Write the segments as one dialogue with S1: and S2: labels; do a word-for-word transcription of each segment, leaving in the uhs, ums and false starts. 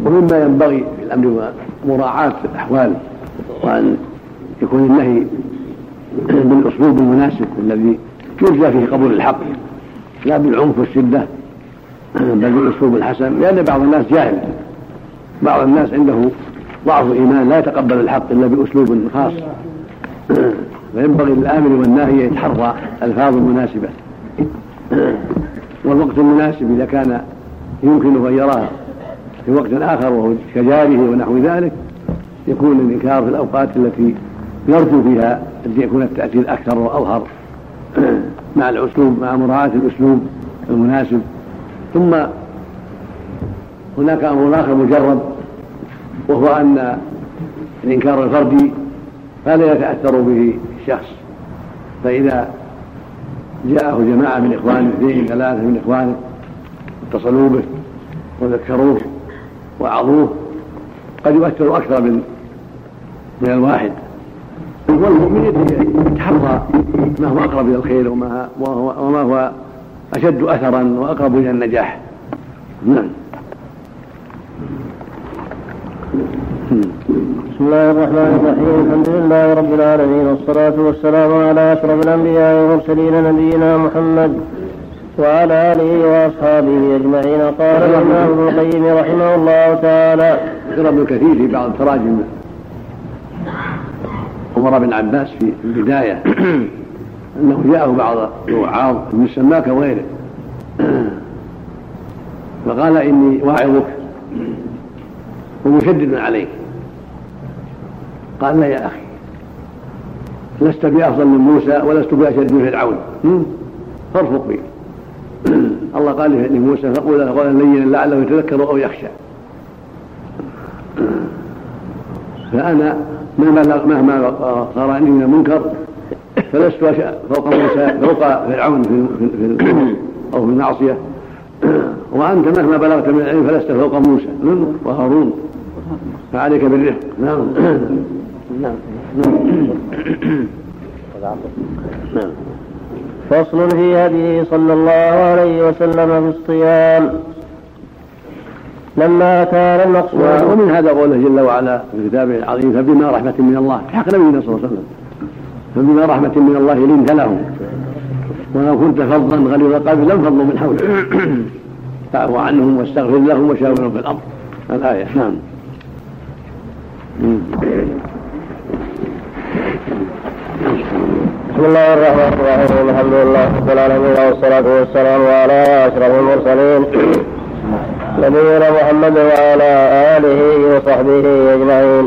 S1: ومما ينبغي في الأمر مراعاة الأحوال، وأن يكون النهي بالأسلوب المناسب الذي يرجى فيه قبول الحق، لا بالعنف والشدة بل بالأسلوب الحسن، لأن بعض الناس جاهل، بعض الناس عنده ضعف إيمان لا يتقبل الحق إلا بأسلوب خاص، فينبغي للآمر والناهي يتحرى الألفاظ المناسبة والوقت المناسب إذا كان يمكن أن يراها في وقت آخر وهو كجاره ونحو ذلك، يكون الإنكار في الأوقات التي يرجو فيها أن يكون التأثير أكثر وأظهر مع الأسلوب، مع مراعاة الأسلوب المناسب. ثم هناك أمر آخر مجرد، وهو أن الإنكار الفردي فلا يتأثر به الشخص، فإذا جاءه جماعة من إخوانه اثنين ثلاثة من إخوانه اتصلوا به وذكروه وعظوه قد يؤثر أكثر من من الواحد، والمؤمن يتحرى ما هو أقرب إلى الخير وما هو, وما هو أشد أثرا وأقرب إلى النجاح. نعم.
S2: بسم الله الرحمن الرحيم. الحمد لله رب العالمين، والصلاة والسلام على أشرف الأنبياء والمرسلين نبينا محمد وعلى آله وأصحابه أجمعين. قال الإمام ابن القيم رحمه الله تعالى:
S1: ذكر ابن كثير في بعض تراجم عمر بن عباس في البداية أنه جاءه بعض الوعاظ من السماك وغيره فقال: إني واعظك ومشدد عليك. قال: لا يا أخي، لست بأفضل من موسى ولست بأشد من فرعون، فارفق بي. الله قال لموسى: فقل له قولا لينا لعله يتذكر أو يخشى. فأنا مهما صار عندي من المنكر فلست فوق موسى فوق فرعون في في أو في المعصية، وأنت مهما بلغت من العلم فلست فوق موسى وهارون، فعليك بالرفق. نعم. نعم.
S2: نعم. فصل في هديه صلى الله عليه وسلم في الصيام لما كان المقصود.
S1: ومن هذا قوله جل وعلا في كتابه العظيم: فبما رحمة من الله، في حق نبينا صلى الله عليه وسلم: فبما رحمة من الله لنت لهم ولو كنت فظا غليظ القلب لانفضوا من حولك فاعف عنهم واستغفر لهم وشاورهم في الأمر. الآية. نعم.
S2: بسم الله الرحمن الرحيم. الحمد لله رب العالمين، والصلاة والسلام على أشرف المرسلين نبينا محمد وعلى آله وصحبه أجمعين.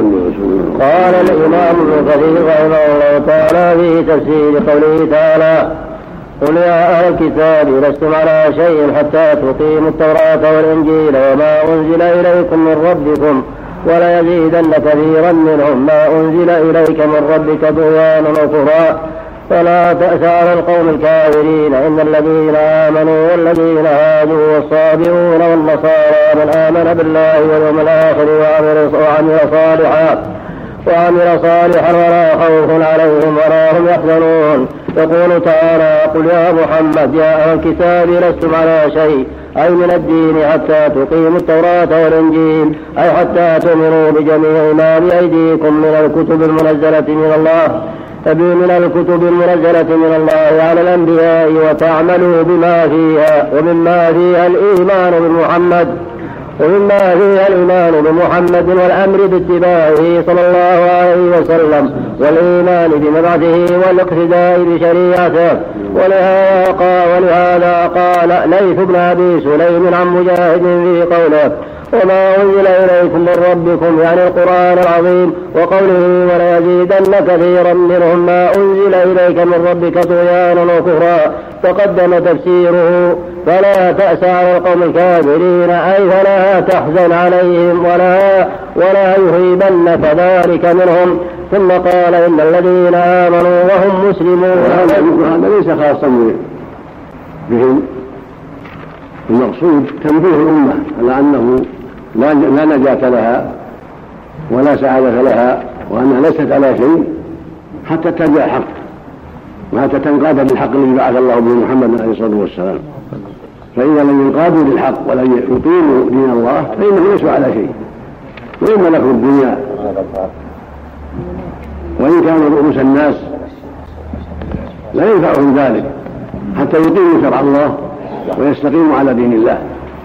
S2: قال الإمام ابن كثير رحمه الله تعالى في تفسير قوله تعالى: قل يا أهل الكتاب لستم على شيء حتى تقيموا التوراة والإنجيل وما أنزل إليكم من ربكم وليزيدن كثيرا منهم ما أنزل إليك من ربك طغيانا وكفرا فلا تأس على القوم الكافرين إن الذين آمنوا والذين هادوا والصابئون والنصارى من آمن بالله واليوم الآخر وعمل صالحا وعمل صالحا ولا خوف عليهم ولا هم يحزنون. يقول تعالى: قل يا محمد يا أهل الكتاب لستم على شيء، أي من الدين حتى تقيموا التوراة والإنجيل، أي حتى تؤمنوا بجميع ما بأيديكم من الكتب المنزلة من الله من الكتب المنزلة من الله على الأنبياء وتعملوا بما فيها، ومما فيها الإيمان بمحمد ومما فيها الإيمان بمحمد والأمر باتباعه صلى الله عليه وسلم والإيمان بمبعثه والاقتداء بشريعته. ولهذا قال, ولهذا قال ليث بن أبي سليم عن مجاهد في قوله: وما أنزل إليكم من ربكم، يعني القرآن العظيم، وقوله: وليزيدن كثيرا منهم ما أنزل إليك من ربك طغيانا وكفرا، تقدم تفسيره: فلا تأس على القوم الكافرين، أي فلا تحزن عليهم ولا, ولا يهيبنك ذلك منهم. ثم قال: إن الذين آمنوا وهم مسلمون.
S1: هذا ليس خاصا بهم، المقصود تنبيه الأمة على أنه لا نجاة لها ولا سعادة لها، وأنها ليست على شيء حتى تتبع الحق وحتى تنقاد بالحق الذي بعث الله به محمد عليه الصلاة والسلام. فإذا لم ينقادوا للحق ولم يقيموا دين الله فإنهم ليسوا على شيء، وإن ملكوا الدنيا وإن كانوا رؤوس الناس لا ينفعهم ذلك حتى يقيموا شرع الله ويستقيموا على دين الله.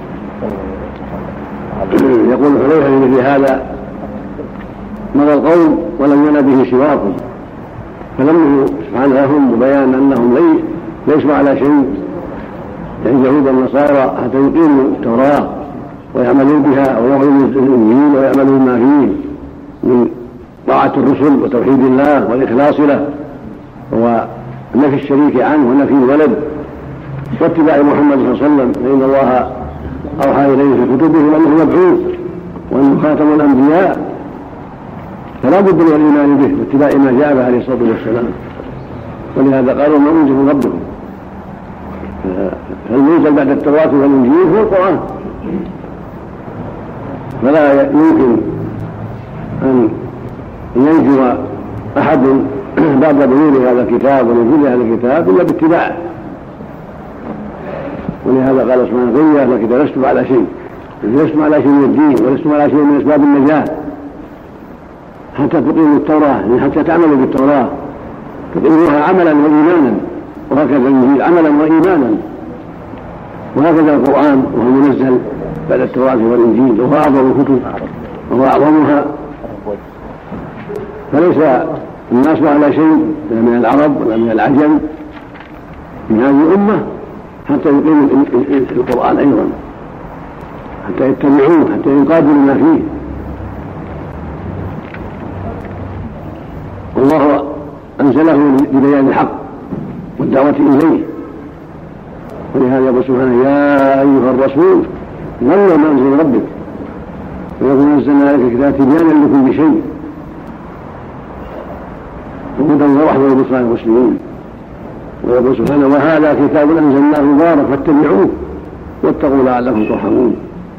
S1: يقول حذيفة في مثل هذا: مضى القوم ولم ين به سواكم، فلم سبحانه لهم بيان أنهم ليسوا على شيء يعني اليهود والنصارى حتى يقيموا التوراة ويعملوا بها ويؤمنوا بالإنجيل ويعملوا ما فيه من طاعة الرسل وتوحيد الله والإخلاص له ونفي الشريك عنه ونفي الولد واتباع محمد صلى الله عليه وسلم، فإن الله أوحى إليه في كتبه أنه مبعوث وأنه خاتم الأنبياء، فلا بد من الإيمان به واتباع ما جاء به عليه الصلاة والسلام. ولهذا قالوا ما أنزل من ربكم، فالمنزل بعد التوراة والإنجيل هو القرآن، فلا يمكن أن ينجو أحد بعد بلوغ هذا الكتاب ونزول هذا الكتاب إلا باتباعه. ولهذا قال سبحانه: قل يا أهل الكتاب لستم على شيء، لستم على شيء من الدين ولستم على شيء من أسباب النجاة حتى تقيموا التوراة، يعني حتى تعملوا بالتوراة تقيموها عملا وإيمانا، وهكذا الإنجيل عملا وإيمانا، وهكذا القرآن وهو منزل بعد التوراة والإنجيل وهو أعظم الكتب وهو أعظمها. فليس الناس على شيء لا من العرب ولا من العجم من هذه الأمة حتى يقيموا القرآن أيضا، حتى يتبعوه، حتى ينقادوا لما فيه. والله أنزله لبيان الحق والدعوة إليه، ولهذا يقول سبحانه: يا أيها الرسول بلغ ما أنزل من ربك ويقول نزلنا عليك الكتاب تبيانا لكل شيء وهدى ورحمة وبشرى للمسلمين. ويقول سبحانه: وهذا كتاب أنزلناه مبارك فاتبعوه واتقوا لعلكم ترحمون.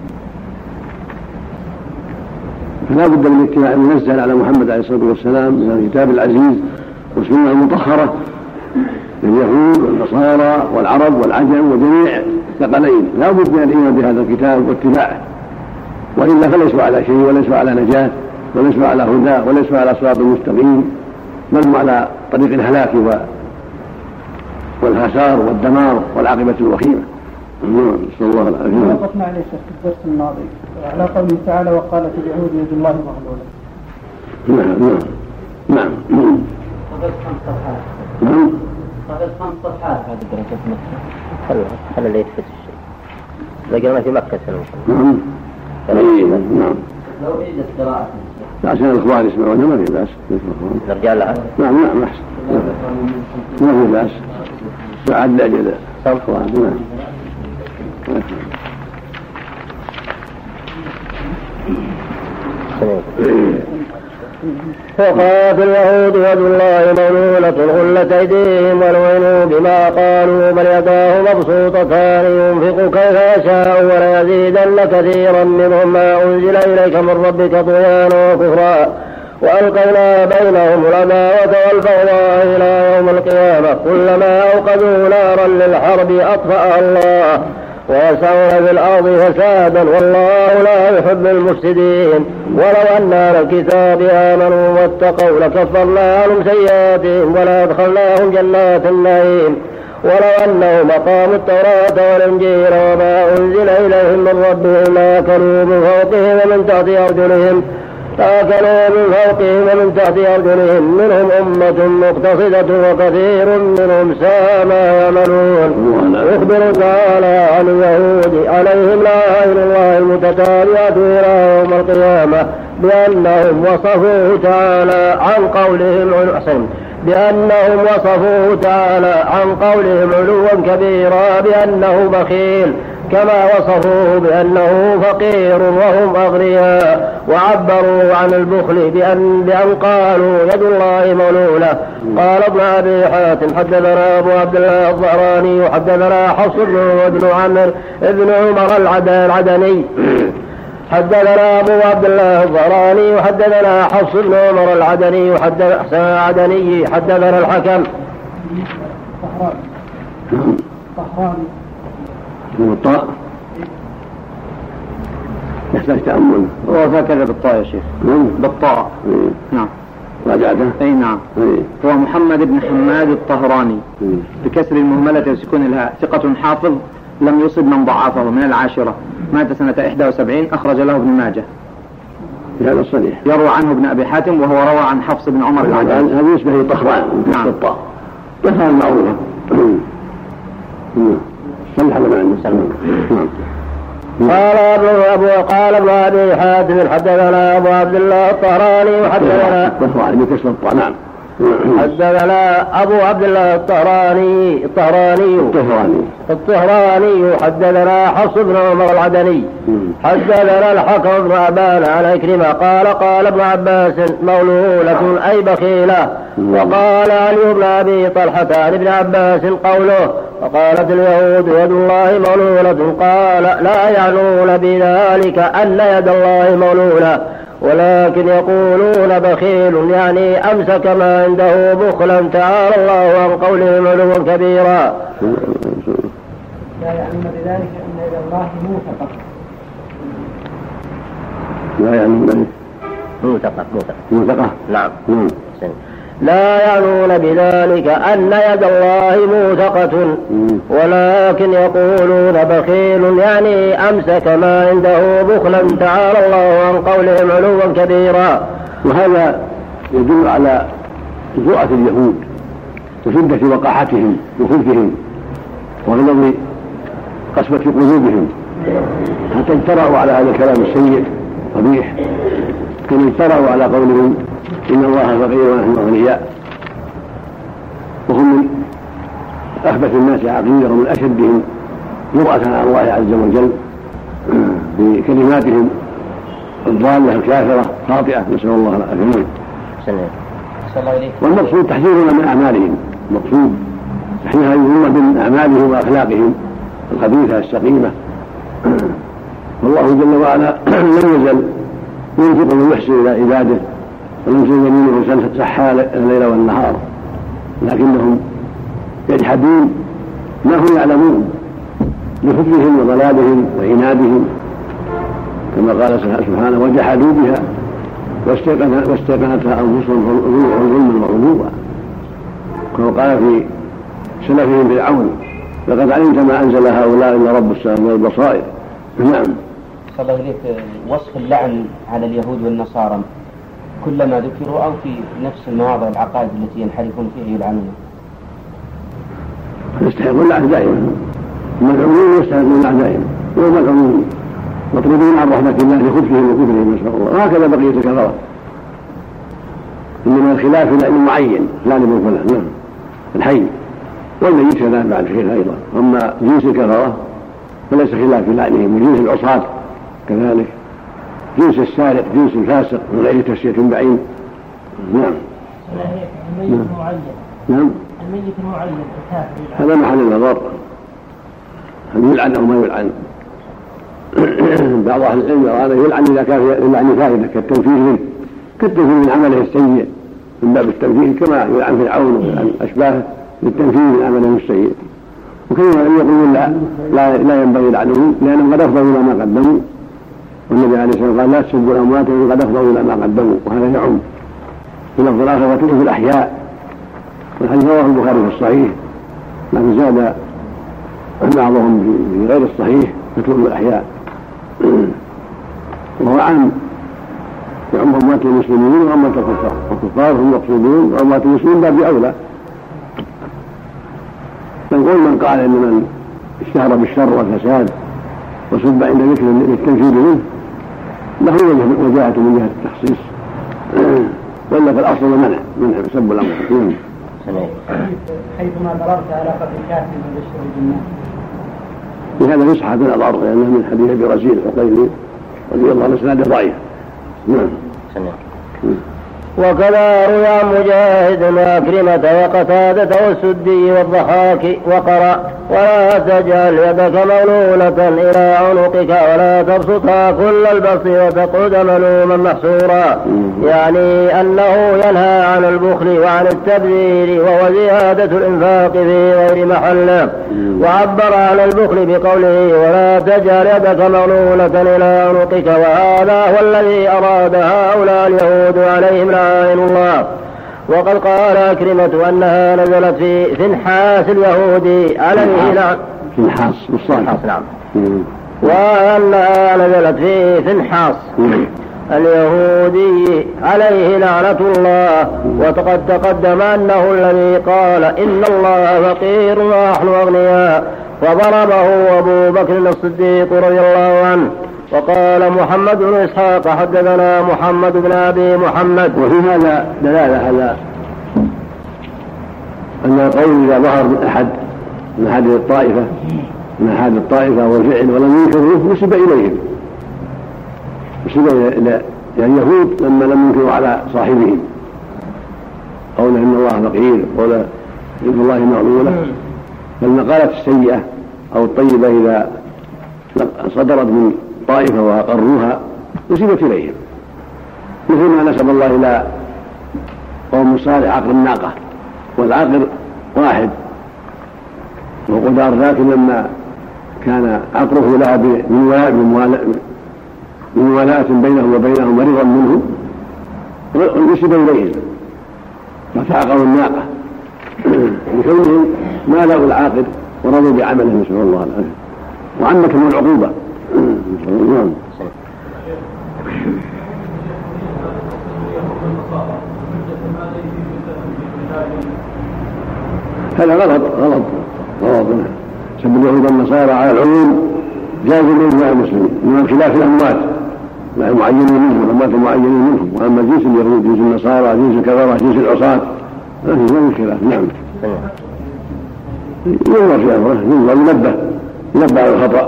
S1: فلا بد من اتباع المنزل على محمد عليه الصلاة والسلام من الكتاب العزيز والسنة المطهرة لليهود والنصارى والعرب والعجم وجميع الثقلين. لا بد من الإيمان بهذا الكتاب واتباعه، وإلا فليسوا على شيء وليسوا على نجاة وليسوا على هدى وليسوا على صراط مستقيم، بل هم على طريق الهلاك والخسار والدمار والعاقبة الوخيمة. نسأل الله العافية.
S3: وقفنا عليه في الدرس الماضي على قوله تعالى: وقالت اليهود يد الله مغلولة.
S1: نعم نعم نعم نعم
S4: قبل خمس صفحات
S1: نعم
S4: قبل خمس صفحات هذه دراسة مكة.
S2: خلنا خلنا لا يتفت الشيء. لقينا في مكة سنة.
S1: نعم نعم.
S4: لو عيدت قراءة
S1: لا عشان الإخوان يسمعونها ما في بأس.
S2: نرجع لها.
S1: نعم نعم أحسن. ما في بأس. بعد لأجل الإخوان. نعم.
S2: وقالت اليهود يد الله مغلولة غلت أيديهم ولعنوا بما قالوا بل يداه مبسوطتان ينفق كيف يشاء وليزيدن كثيرا منهم ما أنزل إليك من ربك طغيانا وكفرا وألقينا بينهم العداوة والبغضاء إلى يوم القيامة كلما أوقدوا نارا للحرب أطفأها الله ويسعون في الأرض فسادا والله لا يحب المفسدين. ولو أن أهل الكتاب آمنوا واتقوا لكفرنا عنهم سيئاتهم ولأدخلناهم جنات النعيم ولو أنهم أقاموا التوراة والإنجيل وما أنزل إليهم من ربهم لأكلوا من فوقهم ومن تحت أرجلهم لأكلوا من فوقهم ومن تحت أرجلهم منهم أمة مقتصدة وكثير منهم ساء ما يعملون. يخبر تعالى عن اليهود عليهم لعنة الله المتتابعة إلى يوم القيامة بأنهم وصفوه تعالى عن قولهم علوا بأنهم وصفوه تعالى عن قولهم علوا كبيرا بأنه بخيل كما وصفوه بأنه فقير وهم أغنياء وعبروا عن البخل بأن, بأن قالوا يد الله مغلولة. قال ابن أبي حاتم حدثنا أبو عبد الله الظهراني وحدثنا حفص بن عمرو بن عمر العدني حدثنا أبو عبد الله الظهراني وحدثنا حفص بن عمر العدني وحدثنا عدني حدثنا الحكم
S1: الطاء يحتاج تأمل.
S2: هو هكذا بالطاء يا شيخ. بالطاء. نعم.
S1: راجعته؟
S2: اي نعم. هو محمد بن حماد الطهراني بكسر المهملة وسكون الهاء، ثقة حافظ لم يصب من ضعفه، من العاشرة، مات سنة إحدى وسبعين، أخرج له ابن ماجه.
S1: هذا الصريح.
S2: يروى عنه ابن أبي حاتم، وهو روى عن حفص بن عمر العدل.
S1: هذا يشبه الطهران.
S2: نعم.
S1: الطاء. طهران معروفة. صلح على معنى. نعم.
S2: قال ابن أبو قال ابن أبي حاتم حدثنا أبو عبد الله الطهراني وحدثنا
S1: بكسر الطاء. نعم.
S2: حدثنا أبو عبد الله الطهراني الطهراني
S1: الطهراني
S2: الطهراني حدثنا حفص بن عمر العدني حدثنا الحكم بن عبان عن عكرمة قال قال ابن عباس مولولة أي بخيلة. وقال علي بن أبي طلحة عن ابن عباس قوله وقالت اليهود يد الله مولولة، قال لا يعنون بذلك أن يد الله مولولة، ولكن يقولون بخيل يعني أمسك ما عنده بخلا، تعالى الله عن قولهم علوا كبيرا.
S3: لا يعنون بذلك أن يد الله موثقة.
S1: لا يعنون بذلك
S2: موثقة
S1: موثقة.
S2: نعم.
S1: مم.
S2: لا يعنون بذلك أن يد الله موثقة، ولكن يقولون بخيل يعني أمسك ما عنده بخلا، تعالى الله عن قولهم علوا كبيرا.
S1: وهذا يدل على جرأة اليهود وشدة وقاحتهم وخبثهم وغلظ قسوة قلوبهم، حتى اجترأوا على هذا الكلام السيء قبيح، كما اجترأوا على قولهم إن الله فقير ونحن أغنياء، وهم من أخبث الناس عقيدة ومن أشدهم جرأة على الله عز وجل بكلماتهم الضالة الكافرة خاطئة، نسأل الله العافية. والمقصود تحذيرنا من أعمالهم، المقصود تحذيرنا من أعمالهم وأخلاقهم الخبيثة السقيمة. والله جل وعلا لم يزل ينفق ويحسن إلى عباده، ولم يزل يمينه سحا الليل والنهار، لكنهم يجحدون ما هم يعلمون بحكمهم وضلالهم وعنادهم، كما قال سبحانه وجحدوا بها واستيقنتها أنفسهم ظلما وعلوا، كما قال في سلفهم فرعون لقد علمت ما أنزل هؤلاء إلا رب السماوات والبصائر. نعم.
S4: صلى الله عليه وصف اللعن على اليهود والنصارى كلما ذكروا أو في نفس المواضع العقائد التي ينحرفون فيها يلعنون؟
S1: يستحقون اللعن دائما، الملعونون يستحقون اللعن دائما، والملعونون مطلوبون عن رحمة الله لخبثهم وكفرهم، نسأل الله. وهكذا بقية الكفرة، إنما الخلاف لعن معين لا نبي فلان. نعم. الحي والميت كذلك بعد خير أيضا. أما جنس الكفرة فليس خلاف في لعنهم، وجنس العصاة كذلك، جنس السارق جنس الفاسق من غير تسمية بعين. نعم.
S3: الميت معين.
S1: نعم.
S3: الميت معين الكافر
S1: هذا محل النظر، هل يلعن أو ما يلعن. بعض أهل العلم هذا يلعن إذا كان يلعن فائدة كالتنفيذ منه، كالتنفيذ من عمله السيء من باب التنفيذ، كما يلعن فرعون ويلعن أشباهه للتنفيذ من عمله السيء. وكما يقولون لا, لا, لا ينبغي لعنهم لأنهم قد أفضلوا إلى ما قدموا، والنبي عليه الصلاة والسلام قال لا تسبوا الأموات وهم قد أفضلوا إلى ما قدموا، وهذا يعم في لفظ الآخر وتؤذوا الأحياء. والحديث رواه البخاري في الصحيح، لكن زاد بعضهم في غير الصحيح فتؤذوا الأحياء، وهو عام يعم أموات المسلمين وأموات الكفار، والكفار هم مقصودون وأموات المسلمين باب أولى. فنقول من قال إن من اشتهر بالشر والفساد وسب عند ذكر للتنفيذ منه له وجاهة من جهة التخصيص، وإلا فالأصل منع منع سب الأمر.
S3: حيثما ضربت على قبر كافر من بشر الجنة،
S1: بهذا يصح هذا الأضرار لأنه من حديث أبي رزيل الحقيقي رضي الله عنه سنده ضعيف. نعم.
S2: وكذا روى مجاهد وعكرمة وقتادة والسدي والضحاك وقرأ ولا تجعل يدك مغلولة إلى عنقك ولا تبسطها كل البسط وتقعد ملوما محسورا، يعني أنه ينهى عن البخل وعن التبذير وهو زيادة الإنفاق في غير محله. وعبر عن البخل بقوله ولا تجعل يدك مغلولة إلى عنقك، وهذا هو الذي أراد هؤلاء اليهود عليهم لعائن الله. وقد قال أكرمة أنها نزلت في فنحاس اليهودي عليه لعنة
S1: فنحاس بالصالح
S2: نعم، وأنها نزلت في فنحاس اليهودي عليه لعنة الله. وقد تقدم أنه الذي قال إن الله فقير ونحن أغنياء، فضربه أبو بكر الصديق رضي الله عنه. وقال محمد بن إسحاق حدثنا محمد بن أبي محمد.
S1: وفي هذا دلالة على أن القول إذا ظهر من أحد من أحد الطائفة من أحد الطائفة والفعل ولم ينكروه نسب إليهم، نسب إلى اليهود لما لم ينكروا على صاحبهم قوله إن الله فقير، قوله يد الله مغلولة. فالمقالة السيئة أو الطيبة إذا صدرت من طائفة وأقروها نسبت إليهم، مثل ما نسب الله إلى قوم صالح عقر الناقة، والعقر واحد وقدار، لكن لما كان عقره لها من ولاءة بينه وبينهم ورضا منه نسب إليهم فتعقروا الناقة لكونهم مالوا العاقر ورضوا بعمله نسأل الله العافية، وعمت من العقوبة. هذا غلط غلط غلط سب اليهود والنصارى على العموم جاز بين المسلمين، من خلاف الأموات لا المعينين منهم والأموات المعينين منهم، وأما جنس اليهود جنس النصارى جنس الكفرة جنس العصاة ما في من خلاف. نعم ينظر في أمره، ينظر ينبه ينبه على الخطأ.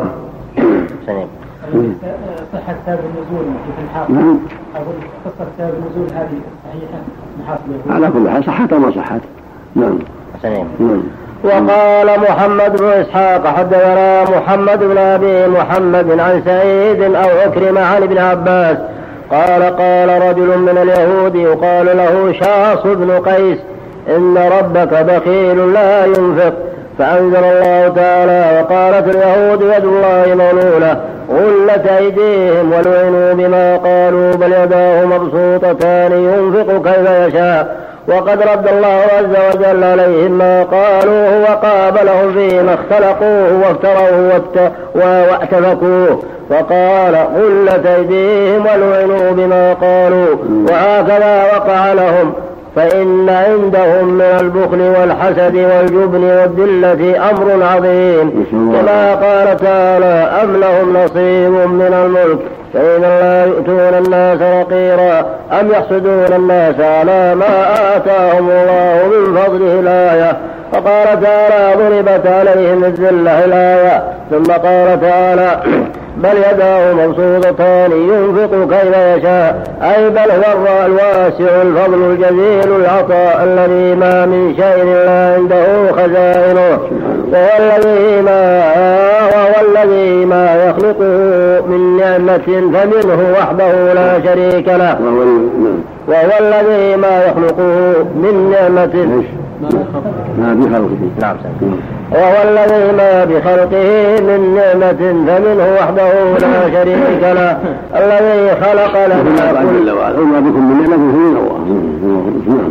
S3: صحة سبب النزول في الحاصل أقول قصة سبب النزول هذه صحيحة محاصل
S1: على كل حال صحت وما صحت. نعم.
S2: نعم. وقال محمد بن إسحاق حدثنا محمد بن أبي محمد عن سعيد أو أكرم عن ابن عباس قال قال رجل من اليهود يقال له شاص بن قيس إن ربك بخيل لا ينفق، فأنزل الله تعالى وقالت اليهود يد الله مغلولة غلت أيديهم ولعنوا بما قالوا بل يداه مبسوطتان ينفق كيف يشاء. وقد رد الله عز وجل عليهم ما قالوه وقابلهم فيما اختلقوه وافتروه واعتفكوه، وقال غلت أيديهم ولعنوا بما قالوا، وهكذا وقع لهم. فإن عندهم من البخل والحسد والجبن والذلة أمر عظيم، كما قال تعالى أم لهم نصيب من الملك فإذا لا يؤتون الناس نقيرا أم يحسدون الناس على ما آتاهم الله من فضله الآية. فقال تعالى ضربت عليهم الذلة الآية. ثم قال تعالى بل يداه مبسوطتان ينفق كيف يشاء، أي بل هو الواسع الفضل الجزيل العطاء الذي ما من شيء لا عنده خزائنه، وهو الذي ما وهو الذي ما يخلقه من نعمة فمنه وحده لا شريك له، وهو الذي ما يخلقه من نعمة
S1: ما بخلقه
S2: نعم وهو الذي ما بخلقه من نعمة فمنه وحده لا شريك له، الذي خلق لنا كل
S1: وما بكم من نعمة فمن الله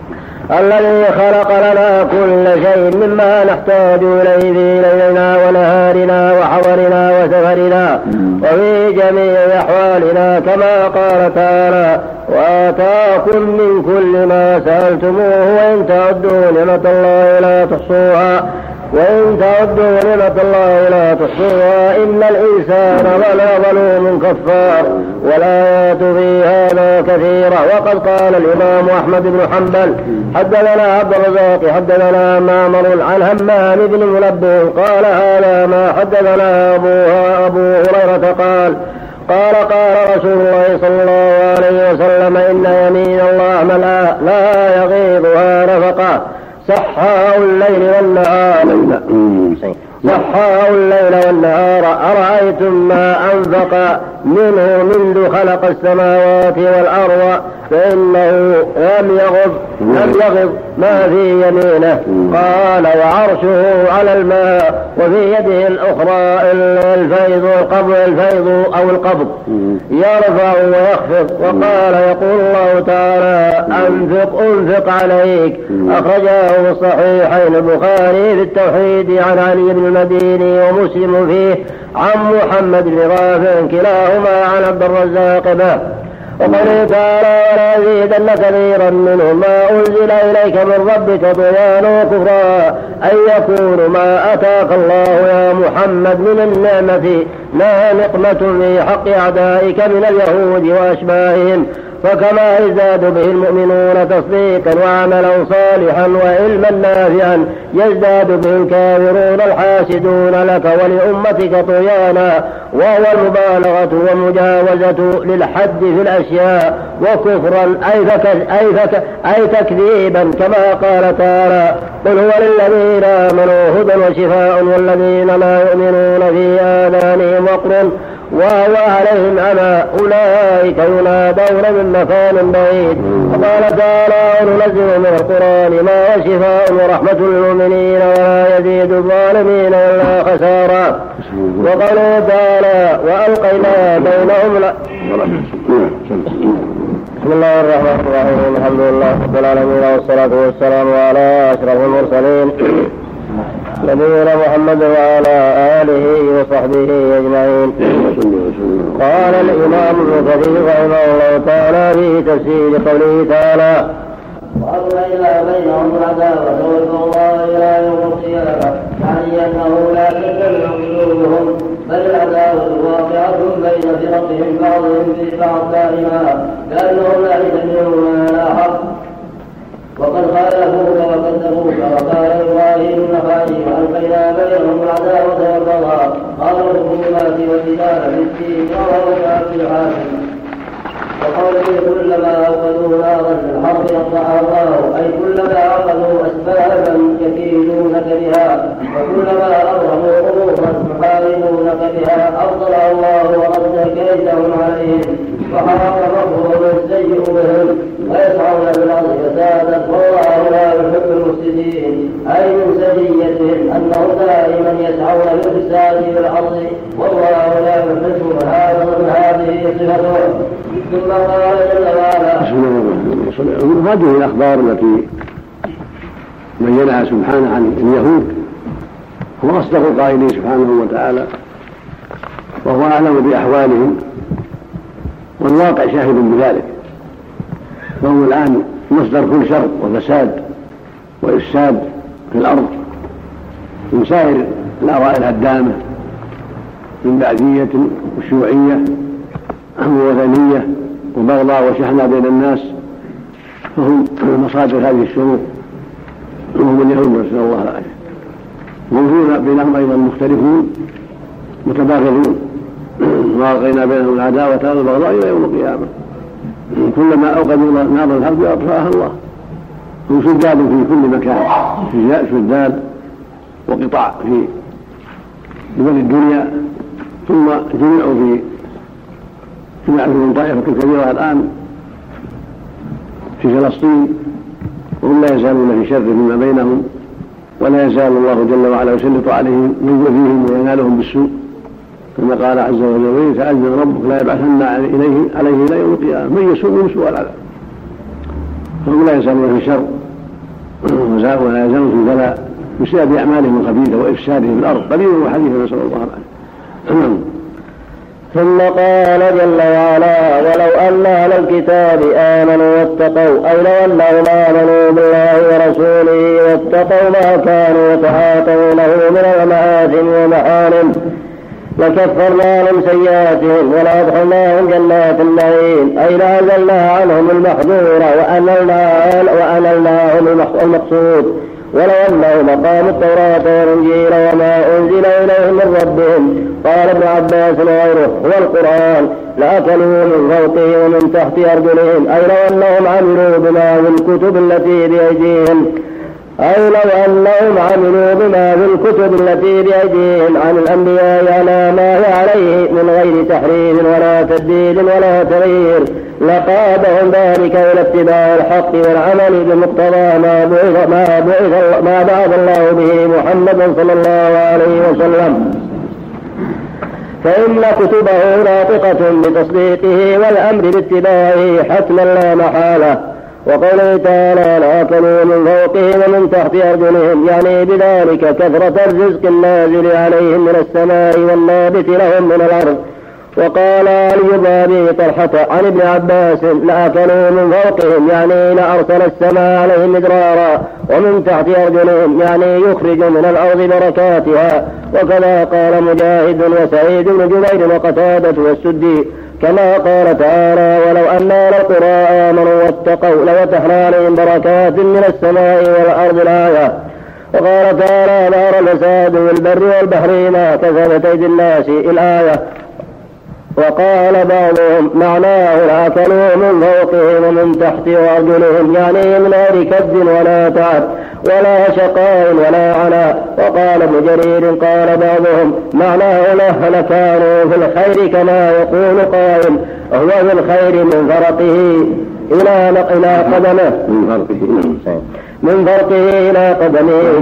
S2: الذي خلق لنا كل شيء مما نحتاج إليه في ليلنا ونهارنا وحضرنا وسفرنا وفي جميع أحوالنا، كما قال تعالى وآتاكم من كل ما سألتموه وإن تعدوا نعمة الله لا تحصوها وإن تعدوا نعمة الله لا تحصوها إن الإنسان لظلوم كفار. والآيات في هذا كثيرة. وقد قال الإمام أحمد بن حنبل حدثنا عبد الرزاق حدثنا معمر عن همام بن منبه قال هذا ما حدثنا أبو هريرة قال قال قال رسول الله صلى الله عليه وسلم إن يمين الله ملأ لا يغيضها نفقة سحاء الليل والنهار. سخاء الليل والنهار أرأيتم ما أنفق منه منذ خلق السماوات والأرض فإنه لم يغض لم يغض ما في يمينه. قال وعرشه على الماء وفي يده الأخرى الفيض القبض الفيض أو القبض يرفع ويخفض. وقال يقول الله تعالى أنفق أنفق عليك. أخرجه في الصحيحين البخاري في التوحيد عن علي بن المديني ومسلم فيه عن محمد بن رافع كلاهما عن عبد الرزاق به. وقال تعالى ولا يزيدن كثيرا منهم ما أنزل إليك من ربك طغيانا وكفرا أن يكون ما أتاك الله يا محمد من النعمة لا نقمة في حق أعدائك من اليهود وأشباههم فكما يزداد به المؤمنون تصديقا وعملا صالحا وعلما نافعا يزداد به الكافرون الحاسدون لك ولأمتك طغيانا وهو المبالغة والمجاوزة للحد في الأشياء وكفرا أي, فك أي, فك أي تكذيبا كما قال تعالى قل هو للذين آمنوا هدى وشفاء والذين لا يؤمنون في آذانهم وقر وهو عليهم عمى أولئك ينادون من مكان بعيد. وقال تعالى وننزل من القرآن ما هو شفاء ورحمة للمؤمنين ولا يزيد الظالمين إلا خسارا. وقالوا تعالى وألقينا بينهم لا بسم الله الرحمن الرحيم الحمد لله رب العالمين والصلاة والسلام على أشرف المرسلين نبينا محمد وعلى آله وصحبه أجمعين. قال الإمام ابن كثير رحمه الله تعالى في تفسير قوله تعالى وأغرينا بينهم العداوة والبغضاء إلى يوم القيامة يعني أنه لا تتبع قلوبهم بل العداوة واقعة بين فرقهم بعضهم في بعض دائما لأنهم لا يتبعون على حق وقد خالفوك وكذبوك. وقال إبراهيم النخعي وألقينا بينهم العداوة والبغضاء قالوا الخصومات والجدال في الدين وهو كعبد الحاكم. وقوله كلما أوقدوا نارا للحرب أطفأها الله أي كلما أخذوا أسبابا يكيدونك بها وكلما أبرموا أمورا يحاربونك بها أبطلها الله ورد كيدهم عليهم وحرم مكرهم السيء بهم ويسعون بالأرض فسادا والله لا يحب المفسدين أي من سجيتهم أنهم دائما يسعون بالفساد في الأرض والله لا يحب من هذه صفته. ثم قال جل وعلا
S1: هذه الأخبار التي بينها سبحانه عن اليهود هو أصدق القائلين سبحانه وتعالى وهو أعلم بأحوالهم والواقع شاهد بذلك. فهم الآن مصدر كل شر وفساد وإفساد في الأرض من سائر الآراء الهدامة من بعثية وشيوعية ووثنية وبغضاء وشحنة بين الناس فهم مصادر هذه الشرور وهم اليهود نسأل الله العافية. موجود بينهم أيضا مختلفون متباغضون وألقينا بينهم العداوة والبغضاء إلى يوم القيامة كلما أوقدوا نار الحرب أطفأها الله. هم سداد في كل مكان سداد وقطاع في دول الدنيا ثم جمعوا في جماعة من طائفة كبيرة الآن في فلسطين وهم لا يزالون في شر فيما بينهم ولا يزال الله جل وعلا يسلط عليهم من يؤذيهم وينالهم بالسوء كما قال عز وجل فأذن ربك لا يبعثن إليه عليه إلى يوم القيامة من يسوء سوء العذاب. فهم لا يزالون في شر ولا يزالون في بلاء بسبب أعمالهم الخبيثة وإفسادهم في الأرض قليل وحديث نسأل الله العافية.
S2: ثم قال جل وعلا ولو أن أهل الكتاب آمنوا واتقوا أي لو أنهم آمنوا بالله ورسوله واتقوا ما كانوا يتعاطونه من المآثم والمحارم لكفرنا عنهم سيئاتهم ولأدخلناهم جنات النعيم أي لأزلنا عنهم المحظور وأنلناهم المقصود. ولو أنهم أقاموا التوراة والإنجيل وما أنزل إليهم من ربهم قال ابن عباس وغيره هو القرآن لأكلوا من فوقهم ومن تحت أرجلهم أي لو أنهم عملوا بما في الكتب التي بأيديهم أي لو أنهم عملوا بما في الكتب التي بأيديهم عن الأنبياء على ما هي عليه من غير تحريف ولا تبديل ولا تغيير لقادهم ذلك إلى اتباع الحق والعمل بمقتضى ما بعث ما بعث ما بعث الله به محمدا صلى الله عليه وسلم، فإن كتبه ناطقة بتصديقه والأمر باتباعه حتما لا محالة. وقوله تعالى لآكلوا من فوقهم ومن تحت أرجلهم يعني بذلك كثرة الرزق النازل عليهم من السماء والنابت لهم من الأرض. وقال علي بن أبي طلحة عن ابن عباس لآكلوا من فوقهم يعني لأرسل السماء عليهم مدرارا، ومن تحت أرجلهم يعني يخرج من الأرض بركاتها. وكذا قال مجاهد وسعيد بن جبير وقتادة والسدي، كما قال تعالى ولو أنا للقرى آمنوا واتقوا لفتحنا عليهم بركات من السماء والأرض الآية. وقال تعالى ظهر الفساد بالبر والبحر ما كسبت أيدي الناس الآية. وقال بعضهم معناه لأكلوا من فوقهم ومن تحت أرجلهم يعني من غير كد ولا تعب ولا شقاء ولا عناء. وقال ابن جرير قال بعضهم معناه له لكانوا في الخير كما يقول قائل هو في الخير من فرقه إلى إلى قدمه من فرقه إلى قدمه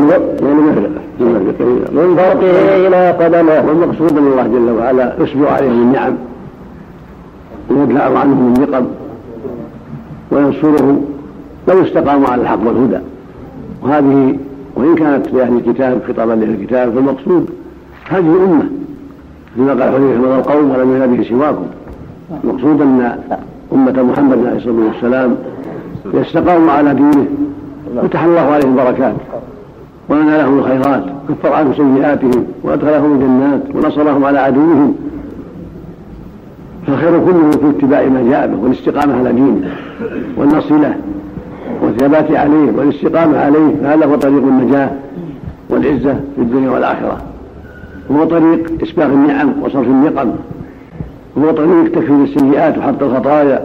S2: من فرقه إلى قدمه.
S1: والمقصود أن الله جل وعلا يسبع عليهم النعم ويدفع عنهم النقم وينصره لو استقاموا على الحق والهدى. وهذه وإن كانت لأهل الكتاب خطابا لأهل الكتاب فالمقصود هذه الأمة لما قال حذيفة مضى القوم ولم يهن به سواكم. المقصود أن أمة محمد عليه الصلاة والسلام يستقاموا على دينه فتح الله عليهم بركات ولنا لهم الخيرات كفر عنهم سيئاتهم وأدخلهم الجنات ونصرهم على عدوهم. فالخير كله في اتباع ما جاء به والاستقامة على دينه والنصر له والثبات عليه والاستقامة عليه، فهذا هو طريق النجاة والعزة في الدنيا والآخرة، وهو طريق إسباغ النعم وصرف النقم، وهو طريق تكفير السيئات وحط الخطايا.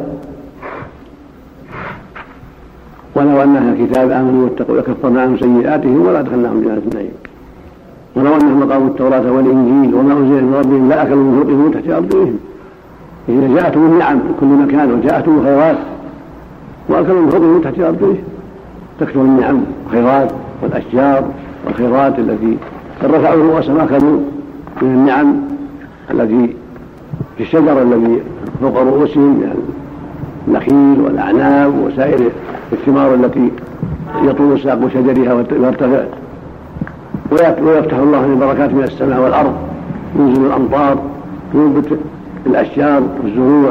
S1: ولو أن أهل الكتاب آمنوا واتقوا لكفرنا عنهم سيئاتهم ولا أدخلناهم جنات النعيم. ولو أنهم أقاموا التوراة والإنجيل وما أنزل من ربهم لأكلوا من فوقهم تحت أرجلهم. إذا جاءتهم النعم في كل مكان وجاءتهم الخيرات وأكلوا من فوقهم تحت أرجلهم تكثر النعم والخيرات والأشجار والخيرات التي رفعوا رؤوسهم أكلوا من النعم التي في الشجر الذي فوق رؤوسهم من النخيل والأعناب وسائر الثمار التي يطول ساق شجرها ويرتفع. ويفتح الله من بركات من السماء والأرض، ينزل الأمطار وينبت الأشجار والزروع.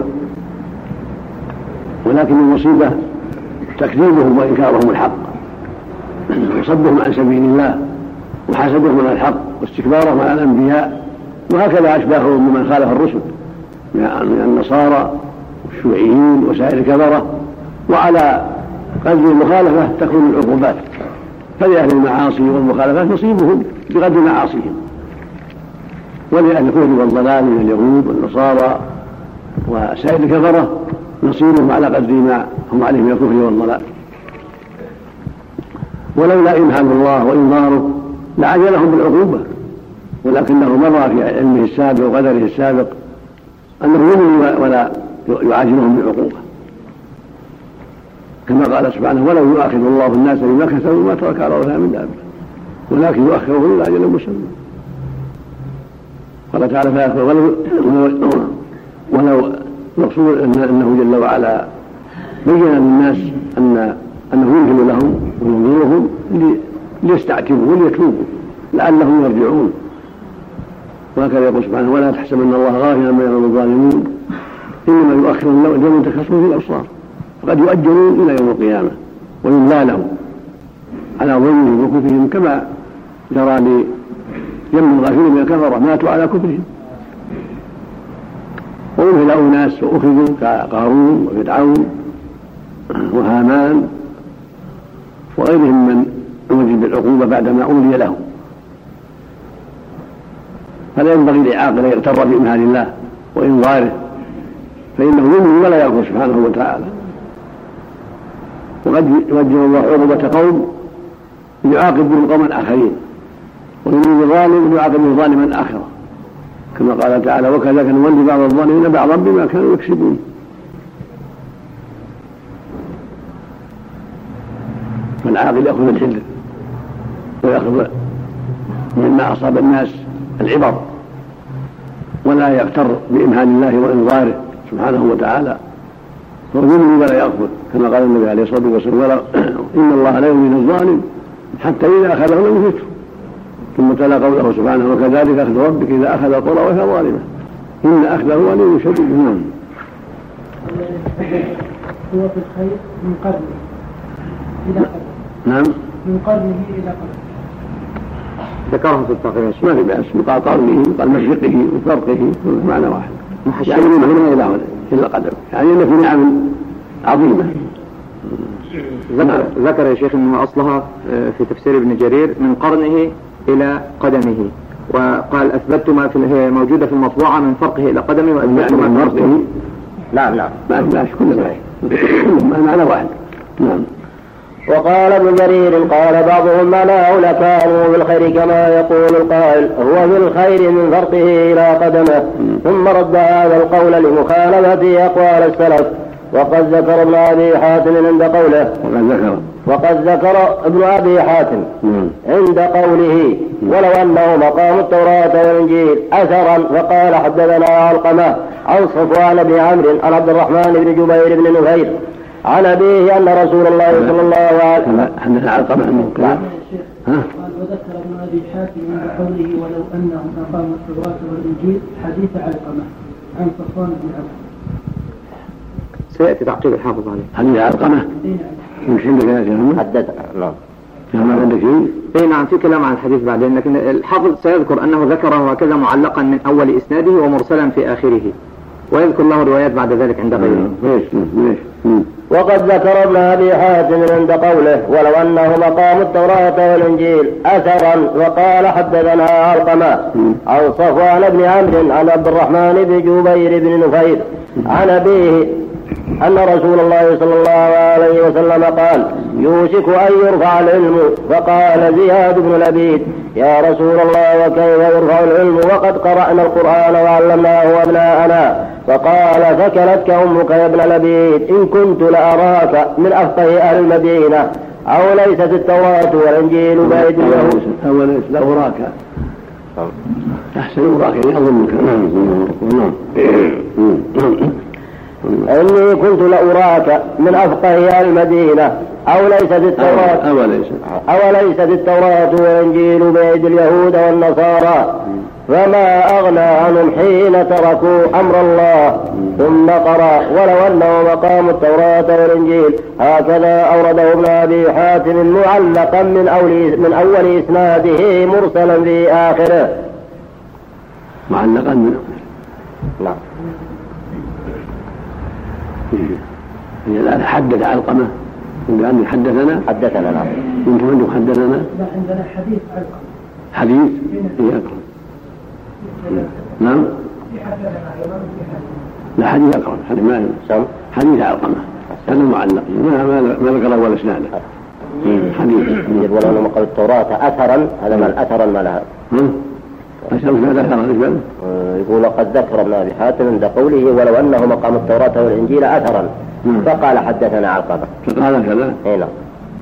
S1: ولكن المصيبة تكذيبهم وإنكارهم الحق وصدهم عن سبيل الله وحسدهم على الحق واستكبارهم على الأنبياء. وهكذا أشباههم بمن خالف الرسل من النصارى والشيوعيين وسائر الكفرة. وعلى قدر المخالفة تكون العقوبات، فلأهل المعاصي والمخالفات نصيبهم بقدر معاصيهم، ولأهل الكفر والضلال من اليهود والنصارى وسائر الكفرة نصيبهم على قدر ما هم عليه من الكفر والضلال. ولولا إمهال الله وإنذاره لعجلهم بالعقوبة، ولكنه مضى في علمه السابق وقدره السابق أنه يؤمن ولا يعاجلهم بالعقوبة، كما قال سبحانه ولو يؤاخذ الله الناس بما كسبوا ما ترك على ظهرها من دابة ولكن يؤخرهم إلى أجل مسمى. قال تعالى ولو ولو المقصود أنه جل وعلا بين للناس أن أنه يمكن لهم وينظرهم ليستعتبوا وليتوبوا لعلهم يرجعون. وهكذا يقول سبحانه ولا تحسبن الله غافلا عما يعمل الظالمون إنما يؤخرهم لهم تكسر في الأبصار فقد يؤجلون إلى يوم القيامة ويملى لهم على ظلمهم وكفرهم كما جرى ليم الغافلين من الكفرة ماتوا على كفرهم. وأمهل أناس وأخذوا كقارون وفرعون وهامان وغيرهم من أوجب بالعقوبة بعدما أولي لهم. فلا ينبغي لعاقل أن يغتر بإمهال الله وإنظاره، فإنه يمهل ولا يغفر سبحانه وتعالى. وقد يوجه الله عقوبة قوم يعاقب به قوما آخرين، ويريد ظالم يعاقب به ظالما آخر، كما قال تعالى وكذلك نولي بعض الظالمين بعضا بما كانوا يكسبون. فالعاقل يأخذ الحل ويأخذ مما أصاب الناس العبر، ولا يغتر بإمهال الله وإنظاره سبحانه وتعالى، فيملي ولا يغفر، كما قال النبي عليه الصلاة والسلام إن الله لا يمهل الظالم حتى إذا أخذه لم يفته. ثم تلا قوله سبحانه وكذلك أخذ ربك إذا أخذ القرى وهي ظالمة إن أخذه أليم شديد. نعم.
S3: هو في الخير من قرنه إلى قرنه.
S1: نعم.
S3: من قرنه إلى قرنه.
S2: ذكرهم في التقرير
S1: ما في بأس، يقال قرنه يقال مشرقه وفرقه معنى واحد، يعني من هنا إلى هنا إلى قدم، يعني أن في نعم عظيمة.
S2: ذكر, ذكر يا شيخ أنه أصلها في تفسير ابن جرير من قرنه إلى قدمه، وقال أثبت ما في هي موجودة في المطبوعة من فرقه إلى قدمه وأثبت ما من فرقه.
S1: نعم نعم ما أثبت كل ما معنى واحد. نعم.
S2: وقال ابن جرير قال بعضهم معناه لكانوا بالخير كما يقول القائل هو بالخير من فرقه إلى قدمه، ثم رد هذا القول لمخالفة أقوال السلف. وقد ذكر ابن أبي حاتم عند قوله
S1: وقد ذكر
S2: وقد ذكر ابن أبي حاتم عند قوله ولو أنه مقام التوراة والإنجيل أثرا، فقال حدثنا علقمة عن صفوان بن عمرو عن عبد الرحمن بن جبير بن نفير عن أبيه أن رسول الله صلى الله عليه وسلم
S1: حدثنا علقمة ها
S3: قال وذكر ابن أبي حاتم عند قوله ولو أنهم أقاموا التوراة والإنجيل حديث علقمة عن صفوان بن عمرو.
S2: سيأتي تعقيب الحافظ عليه.
S1: حديث علقمة مش عندك يا شيخ؟
S2: حدثنا نعم.
S1: ما عندك شيء؟
S2: اي نعم في كلام عن الحديث بعدين، لكن الحافظ سيذكر أنه ذكره هكذا معلقا من أول إسناده ومرسلا في آخره، ويذكر له روايات بعد ذلك عند غيره.
S1: ليش ليش
S2: وقد ذكر ابن أبي حاتم عند قوله ولو أنه مقام التوراة والإنجيل أثرا، وقال حدثنا علقمة عن صفوان بن عمرو عن عبد الرحمن بن جبير بن نفير عن أبيه أن رسول الله صلى الله عليه وسلم قال يوشك أن يرفع العلم، فقال زياد بن لبيد يا رسول الله وكيف يرفع العلم وقد قرأنا القرآن وعلمناه أبناءنا؟ فقال ثكلتك أمك يا ابن لبيد إن كنت لأراك من أفقه أهل المدينة، أو ليست التوراة والإنجيل بيد اليهود
S1: أو ليست لأراك أحسن أراك أظنك.
S2: إني كنت لأراك من أفقه المدينة أو ليست التوراة
S1: أو ليست
S2: أو ليست التوراة والإنجيل بيد اليهود والنصارى، فما أغنى عنهم حين تركوا أمر الله. ثم قرأ ولو أنه مقام التوراة والإنجيل. هكذا أورده ابن أبي حاتم معلقا من أول من أول إسناده مرسلا في آخره.
S1: معلقا من
S2: نعم.
S1: هي الآن حدث علقمة عند عندي حدثنا
S2: حدثنا نعم.
S1: أنتم عندكم حدثنا؟
S3: لا عندنا حديث علقمة.
S1: حديث؟ إيه أكرم. نعم. لا حديث أكرم حديث ما حديث علقمة هذا معلق ما ما ذكر أول إسناده. حديث
S2: يقول أنه مقام التوراة أثرا، هذا ما الأثر ما لها. يقول لقد ذكر ابن أبي حاتم عند قوله ولو أنه مقام التوراة والإنجيل أثرا، فقال حدثنا علقمة.
S1: فقال كذا؟
S2: اي نعم.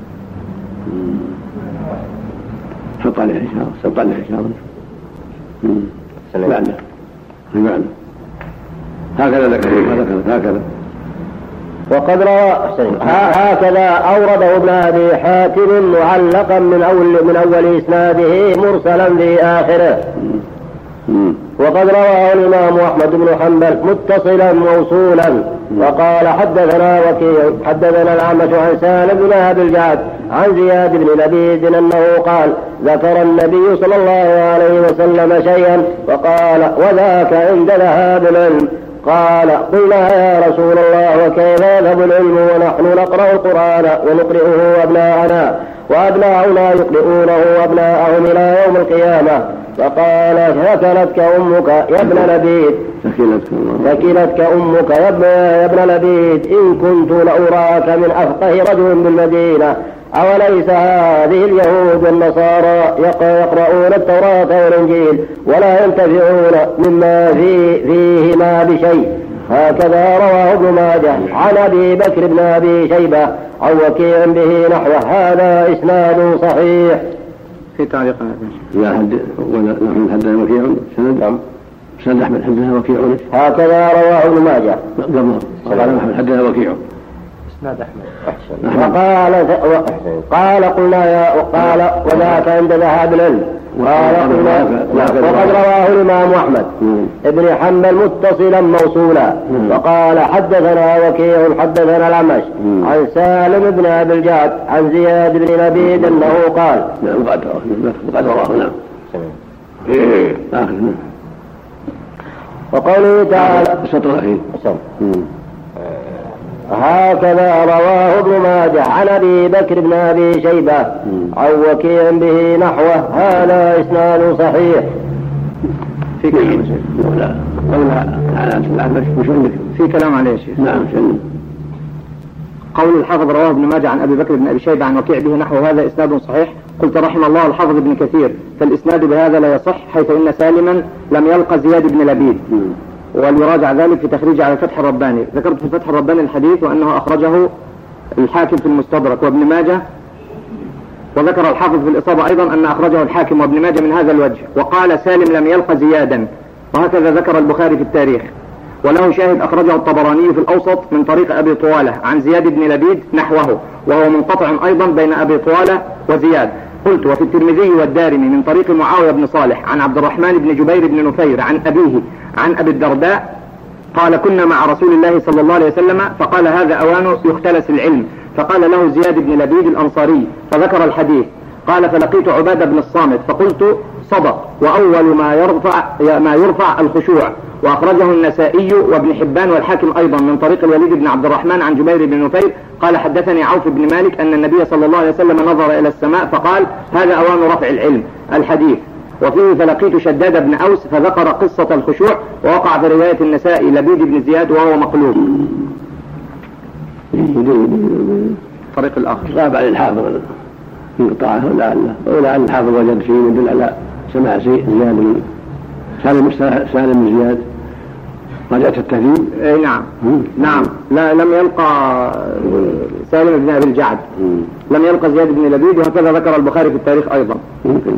S1: حط عليه إشارة حط عليه إشارة بعده بعده هكذا ذكر هكذا.
S2: وقد روى هكذا أورده ابن أبي حاتم معلقا من أول من أول إسناده مرسلا في آخره. وقد رواه الإمام أحمد بن حنبل متصلا موصولا وقال حدثنا وكيع حدثنا الأعمش عن سالم بن أبي الجعد عن زياد بن لبيد أنه قال ذكر النبي صلى الله عليه وسلم شيئا وقال وذاك عند ذهاب العلم. قال قلنا يا رسول الله وكيف يذهب العلم ونحن نقرأ القرآن ونقرئه أبناءنا وأبناؤنا يقرئونه أبناءهم إلى يوم القيامة؟ فقال ثكلتك أمك يا ابن لبيد ثكلتك أمك يا ابن لبيد إن كنت لأراك من أفقه رجل بالمدينة أوليس هذه اليهود والنصارى يقرؤون التوراة والإنجيل ولا ينتفعون مما في فيهما بشيء؟ هكذا رواه ابن ماجه عن أبي بكر بن أبي شيبة عن وكيع به نحوه. هذا إسناد صحيح.
S5: في تعليق
S1: لا حد ولا نحن حدثنا وكيع سند سند أحمد حدثنا وكيع
S2: هكذا رواه ابن ماجه
S1: قبله قال أحمد حدثنا وكيع
S5: إسناد أحمد
S2: أحسن. وقال قال قلنا يا وقال وذاك عند ذهاب العلم قال قلنا وقد رواه الإمام أحمد ابن حنبل متصلا موصولا وقال حدثنا وكيع حدثنا الأعمش عن سالم بن أبي الجعد عن زياد بن لبيد أنه قال
S1: وقد رواه نعم
S2: وقوله تعالى
S1: السطر الأخير
S2: هكذا رواه ابن ماجه عن أبي بكر بن أبي شيبة عن وكيع به نحوه. هذا إسناد صحيح.
S5: في كلام
S1: لا لا مش عندك
S5: في كلام عليه شيخ.
S1: نعم.
S5: قول الحافظ رواه ابن ماجه عن أبي بكر بن أبي شيبة عن وكيع به نحوه هذا إسناد صحيح. قلت رحم الله الحافظ ابن كثير فالإسناد بهذا لا يصح حيث إن سالما لم يلقى زياد بن لبيد وليراجع ذلك في تخريج على الفتح الرباني. ذكرت في الفتح الرباني الحديث وأنه أخرجه الحاكم في المستدرك وابن ماجه وذكر الحافظ في الإصابة أيضا أن أخرجه الحاكم وابن ماجه من هذا الوجه وقال سالم لم يلقى زيادا وهكذا ذكر البخاري في التاريخ. وله شاهد أخرجه الطبراني في الأوسط من طريق أبي طوالة عن زياد بن لبيد نحوه وهو منقطع أيضا بين أبي طوالة وزياد. قلت وفي الترمذي والدارمي من طريق معاوية بن صالح عن عبد الرحمن بن جبير بن نفير عن أبيه عن أبي الدرداء قال كنا مع رسول الله صلى الله عليه وسلم فقال هذا أوان يختلس العلم فقال له زياد بن لبيد الأنصاري فذكر الحديث. قال فلقيت عبادة بن الصامت فقلت صدق وأول ما يرفع ما يرفع الخشوع. وأخرجه النسائي وابن حبان والحاكم أيضا من طريق الوليد بن عبد الرحمن عن جبير بن نفير قال حدثني عوف بن مالك أن النبي صلى الله عليه وسلم نظر إلى السماء فقال هذا أوان رفع العلم الحديث. وفيه فلقيت شداد بن أوس فذكر قصة الخشوع ووقع في رواية النسائي لبيد بن زياد وهو مقلوب.
S1: طريق الآخر غاب عن الحافظ انقطاعه ولعل الحافظ وجد فيه يدل على سماع زياد بن سالم سالم بن زياد رجعت التهذيب.
S5: اي نعم نعم لا لم يلقى سالم بن أبي الجعد لم يلقى زياد بن لبيد وهكذا ذكر البخاري في التاريخ أيضا.
S1: ممكن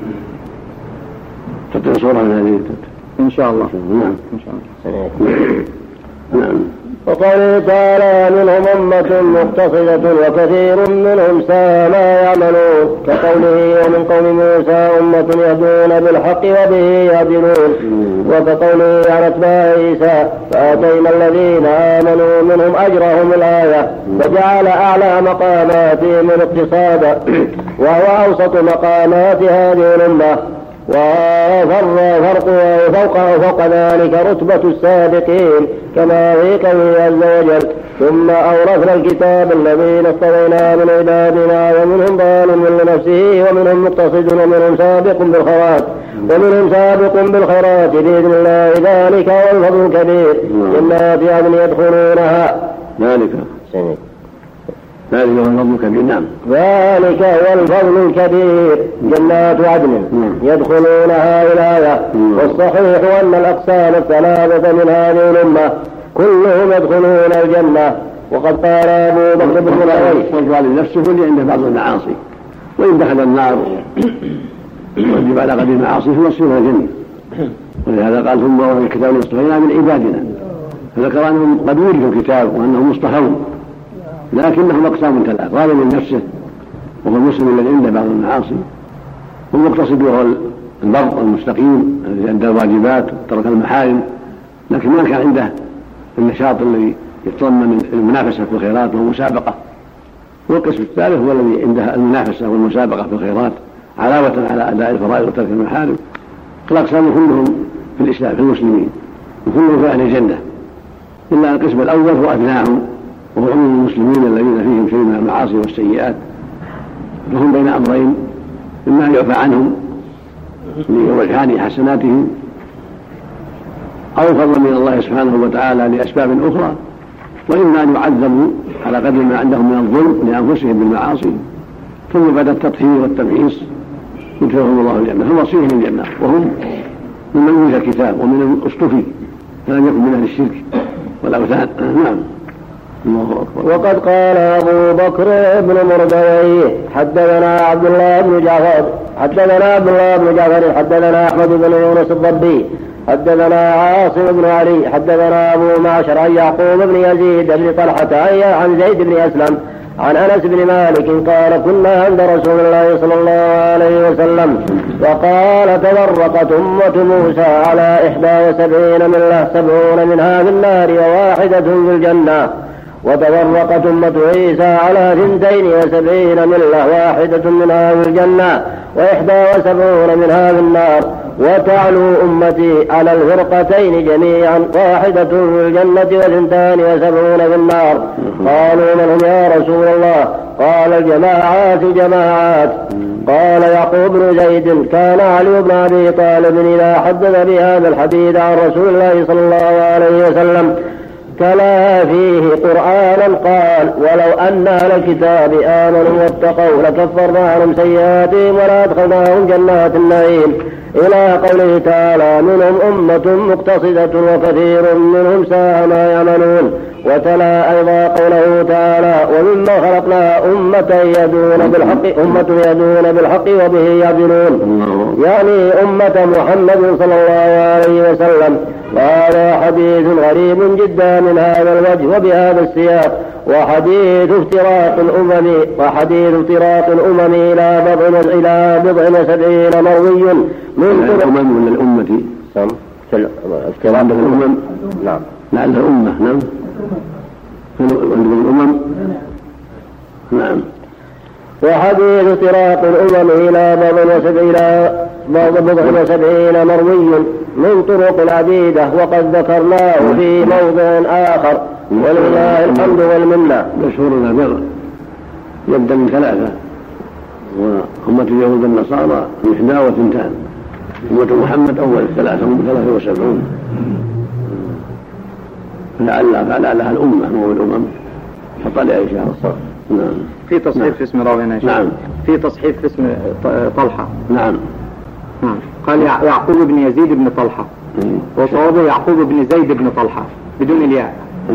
S1: تطلع صورة من هذه
S5: إن شاء الله.
S1: نعم
S5: إن شاء الله.
S1: نعم.
S2: وقال تعالى منهم أمة مقتصدة وكثير منهم ساء ما يعملون كقوله ومن قوم موسى أمة يهدون بالحق وبه يعدلون وكقوله عن أتباع عيسى فآتينا الذين آمنوا منهم أجرهم الآية وجعل أعلى مقاماتهم الاقتصاد وهو أوسط مقامات هذه الأمة وفر فرق فوق فوق ذلك رتبة السابقين كما في قوله عز وجل ثم أورثنا الكتاب الذين اصطفينا من عبادنا ومنهم ظالم لنفسه ومنهم مقتصد ومنهم سابق بالخيرات ومنهم سابق بالخيرات بإذن الله ذلك هو الفضل الكبير جنات عدن يدخلونها
S1: ذلك ذلك هو الفضل الكبير. نعم
S2: ذلك هو الفضل الكبير جنات عدن يدخلونها الآية. والصحيح أن الأقسام الثلاثة من هذه الأمة كلهم يدخلون الجنة. وقد قال أبو بكر بن العويس
S1: والظالم نفسه اللي عنده بعض المعاصي وإن دخل النار وجب على قدر المعاصي فوصلها الجنة ولهذا قال ثم أورثنا الكتاب الذين اصطفينا من عبادنا فذكر أنهم قد ورثوا الكتاب وأنهم مصطفون لكنهم أقسام ثلاث ظالم نفسه وهو المسلم الذي عنده بعض المعاصي والمقتصد وهو البر والمستقيم الذي عنده الواجبات وترك المحارم لكن ما كان عنده النشاط الذي يتضمن المنافسة في الخيرات والمسابقة. والقسم الثالث هو الذي عنده المنافسة والمسابقة في الخيرات علاوة على أداء الفرائض وترك المحارم. الأقسام كلهم في الإسلام في المسلمين وكلهم في أهل الجنة إلا القسم الأول هو أدناهم وهو عموم المسلمين الذين فيهم شيء من المعاصي والسيئات فهم بين أمرين إما أن يعفى عنهم لرجحان حسناتهم أو فضل من الله سبحانه وتعالى لأسباب أخرى وإما أن يعذبوا على قدر ما عندهم من الظلم لأنفسهم بالمعاصي ثم بعد التطهير والتمحيص يدخلهم الله الجنة، هم وصيهم الجنة، وهم ممن أوتي الكتاب ومن اصطفي فلم يكن من أهل الشرك والأوثان. نعم. الله أكبر.
S2: وقد قال أبو بكر بن مردويه حدثنا عبد الله بن جعفر حدثنا عبد الله بن جعفر حدثنا أحمد بن يونس الضبي حدثنا عاصم بن علي حدثنا أبو معشر عن يعقوب بن يزيد بن طلحة عن زيد بن أسلم عن أنس بن مالك قال كنا عند رسول الله صلى الله عليه وسلم وقال تفرقت أمة موسى على إحدى وسبعين ملة سبعون منها في النار وواحدة في الجنة، وتفرقت أمة عيسى على ثنتين وسبعين ملة واحدة منها في الجنة وإحدى وسبعون منها في النار، وتعلو أمتي على الفرقتين جميعا واحدة في الجنة وثنتان وسبعون في النار. قالوا من هم يا رسول الله؟ قال الجماعات جماعات. قال يعقوب بن زيد كان علي بن أبي طالب إذا حدث بهذا الحديث عن رسول الله صلى الله عليه وسلم تلا فيه قرآنا قال ولو أن أهل الكتاب آمنوا واتقوا لكفرنا عنهم سيئاتهم ولأدخلناهم جنات النعيم إلى قوله تعالى منهم أمة مقتصدة وكثير منهم ساء ما يعملون. وتلا أيضا قوله تعالى ومما خلقنا أمة يهدون بالحق أمة يهدون بالحق وبه يعدلون، يعني أمة محمد صلى الله عليه وسلم. وهذا حديث غريب جدا من هذا الوجه وبهذا السياق، وحديث افتراق الأمم وحديث افتراق الأمم إلى بضع إلى بضع وسبعين مروي من
S1: الأمم ولا الأمة؟
S2: افتراق الأمم
S1: نعم لعل الأمة نعم الأمم نعم.
S2: وحديث افتراق الأمم إلى بضع وسبعين مروي من طرق عديدة وقد ذكرناه في موضع آخر ولله الحمد والمنة.
S1: مشهور البر يبدأ من ثلاثة، وأمة اليهود النصارى إحدى وثنتان، أمة محمد أول ثلاثة ثلاثة وسبعون، لعلها الأمة هو الأمم فطلع إن شاء الله. نعم.
S5: في تصحيح نعم. في اسم راوينا
S1: نعم.
S5: في تصحيح في اسم طلحة.
S1: نعم.
S5: نعم. قال يعقوب بن يزيد بن طلحة وصوابه يعقوب بن زيد بن طلحة بدون الياء.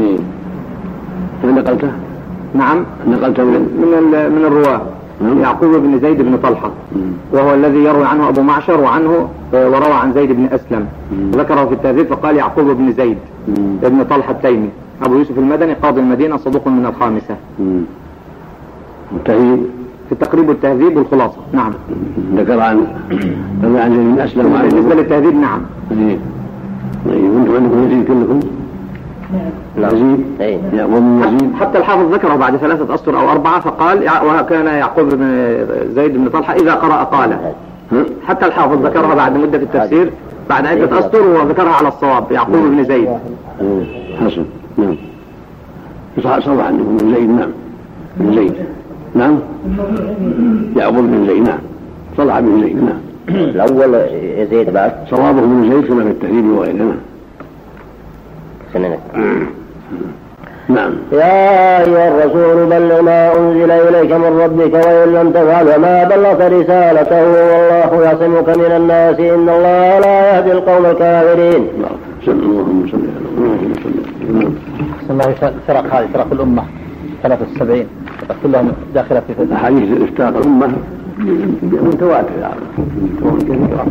S1: من نقلته؟
S5: نعم
S1: نقلته من
S5: من من الرواة يعقوب بن زيد بن طلحة، وهو الذي يروي عنه أبو معشر وعنه وروى عن زيد بن أسلم، ذكره في التهذيب فقال يعقوب بن زيد بن طلحة التيمي أبو يوسف المدني قاضي المدينة صدوق من الخامسة.
S1: التهذيب
S5: في التقريب والتهذيب والخلاصة. نعم.
S1: ذكر عن عن زيد بن أسلم.
S5: بالنسبة للتهذيب نعم.
S1: طيب وانتم عندكم يزيد كلكم؟
S5: لا.
S1: يزيد.
S5: يزيد. حتى الحافظ ذكره بعد ثلاثة أسطر أو أربعة فقال وكان يعقوب بن زيد بن طلحة إذا قرأ قال. حتى الحافظ ذكرها بعد مدة في التفسير بعد عدة أسطر وذكرها على الصواب يعقوب بن زيد.
S1: حسن. نعم. صلى عندكم بن زيد. نعم. بن زيد. نعم. يعقوب بن زيد. نعم. صلى بن زيد. نعم.
S2: الأول يزيد بعد
S1: صوابه بن زيد كما في التهذيب وغيره.
S2: سننك.
S1: نعم.
S2: يا أيها الرسول بلغ ما أنزل إليك من ربك وإن لم تفعل وما بلغت رسالته والله يعصمك من الناس إن الله لا يهدي القوم الكافرين.
S1: اللهم صل على
S5: الله. فرق هذه فرق الأمة ثلاثة وسبعين كلهم داخلة في
S1: حديث افتراق الأمة متواتر كثيرة،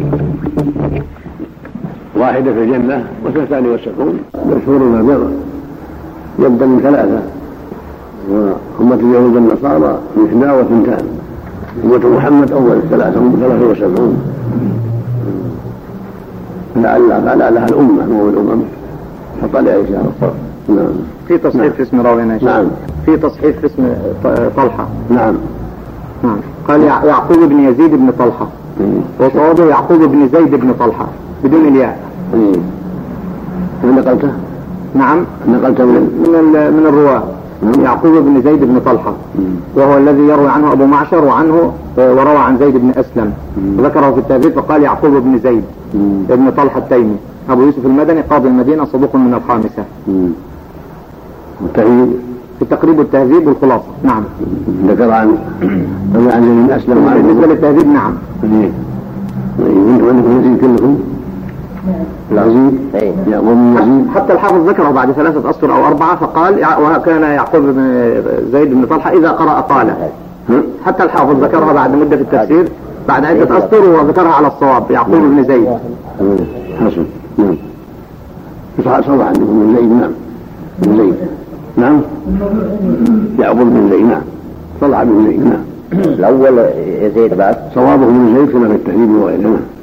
S1: واحدة في الجنة وثلاثان وسبعون. مشهور البر يبدأ من ثلاثة، وأمة اليهود النصارى إحدى وثنتان، أمة محمد أول ثلاثة ثلاثة وسبعون، لعلها الأمة هو الأمم فطلع إن شاء الله. نعم.
S5: في تصحيح نعم. في اسم راوينا
S1: نعم.
S5: في تصحيح في اسم طلحة.
S1: نعم.
S5: نعم. قال يعقوب بن يزيد بن طلحة وصوابه يعقوب بن زيد بن طلحة بدون الياء.
S1: من نقلته؟
S5: نعم.
S1: نقلته من
S5: من, من الرواة يعقوب بن زيد بن طلحة، وهو الذي يروي عنه أبو معشر وعنه وروى عن زيد بن أسلم، ذكره في التهذيب فقال يعقوب بن زيد بن طلحة التيمي أبو يوسف المدني قاضي المدينة صدوق من الخامسة.
S1: والتهذيب
S5: في التقريب والتهذيب والخلاصة. نعم.
S1: ذكر عن عن زيد بن أسلم.
S5: بالنسبة للتهذيب نعم.
S1: وانتم عندكم يزيد كلكم؟ لا يزيد. يعقوب بن يزيد.
S5: حتى الحافظ ذكره بعد ثلاثة أسطر أو أربعة فقال وكان يعقوب بن زيد بن طلحة إذا قرأ قال. حتى الحافظ ذكرها بعد مدة في التفسير بعد عدة أسطر وذكرها على الصواب يعقوب بن زيد.
S1: حسن. نعم. صواب عندكم بن زيد. نعم. بن زيد. نعم. يعقوب بن زيد. نعم. طلع بن زيد. نعم.
S2: الأول يزيد بعد
S1: صوابه بن زيد كما في التهذيب وغيره.